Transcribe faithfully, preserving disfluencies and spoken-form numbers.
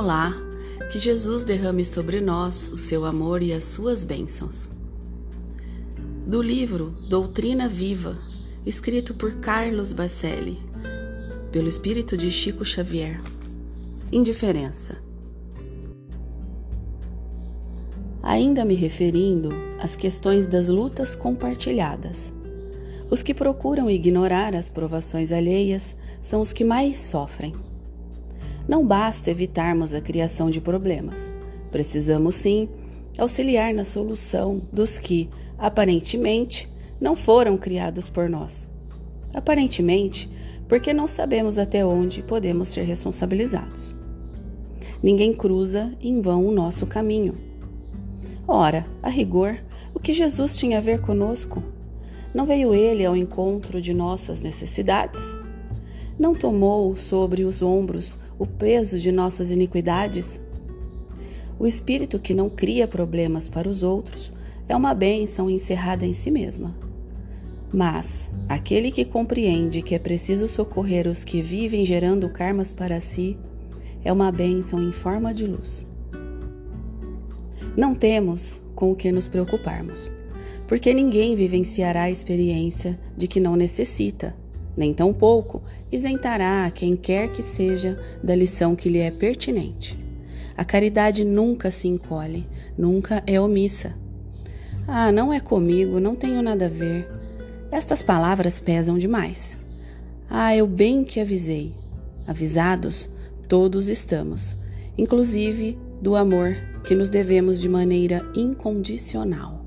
Olá, que Jesus derrame sobre nós o seu amor e as suas bênçãos. Do livro Doutrina Viva, escrito por Carlos Bacelli, pelo espírito de Chico Xavier. Indiferença. Ainda me referindo às questões das lutas compartilhadas. Os que procuram ignorar as provações alheias são os que mais sofrem. Não basta evitarmos a criação de problemas. Precisamos, sim, auxiliar na solução dos que, aparentemente, não foram criados por nós. Aparentemente, porque não sabemos até onde podemos ser responsabilizados. Ninguém cruza em vão o nosso caminho. Ora, a rigor, o que Jesus tinha a ver conosco? Não veio ele ao encontro de nossas necessidades? Não tomou sobre os ombros o peso de nossas iniquidades? O espírito que não cria problemas para os outros é uma bênção encerrada em si mesma. Mas aquele que compreende que é preciso socorrer os que vivem gerando karmas para si é uma bênção em forma de luz. Não temos com o que nos preocuparmos, porque ninguém vivenciará a experiência de que não necessita, nem tampouco isentará a quem quer que seja da lição que lhe é pertinente. A caridade nunca se encolhe, nunca é omissa. Ah, não é comigo, não tenho nada a ver. Estas palavras pesam demais. Ah, eu bem que avisei. Avisados, todos estamos, inclusive do amor que nos devemos de maneira incondicional.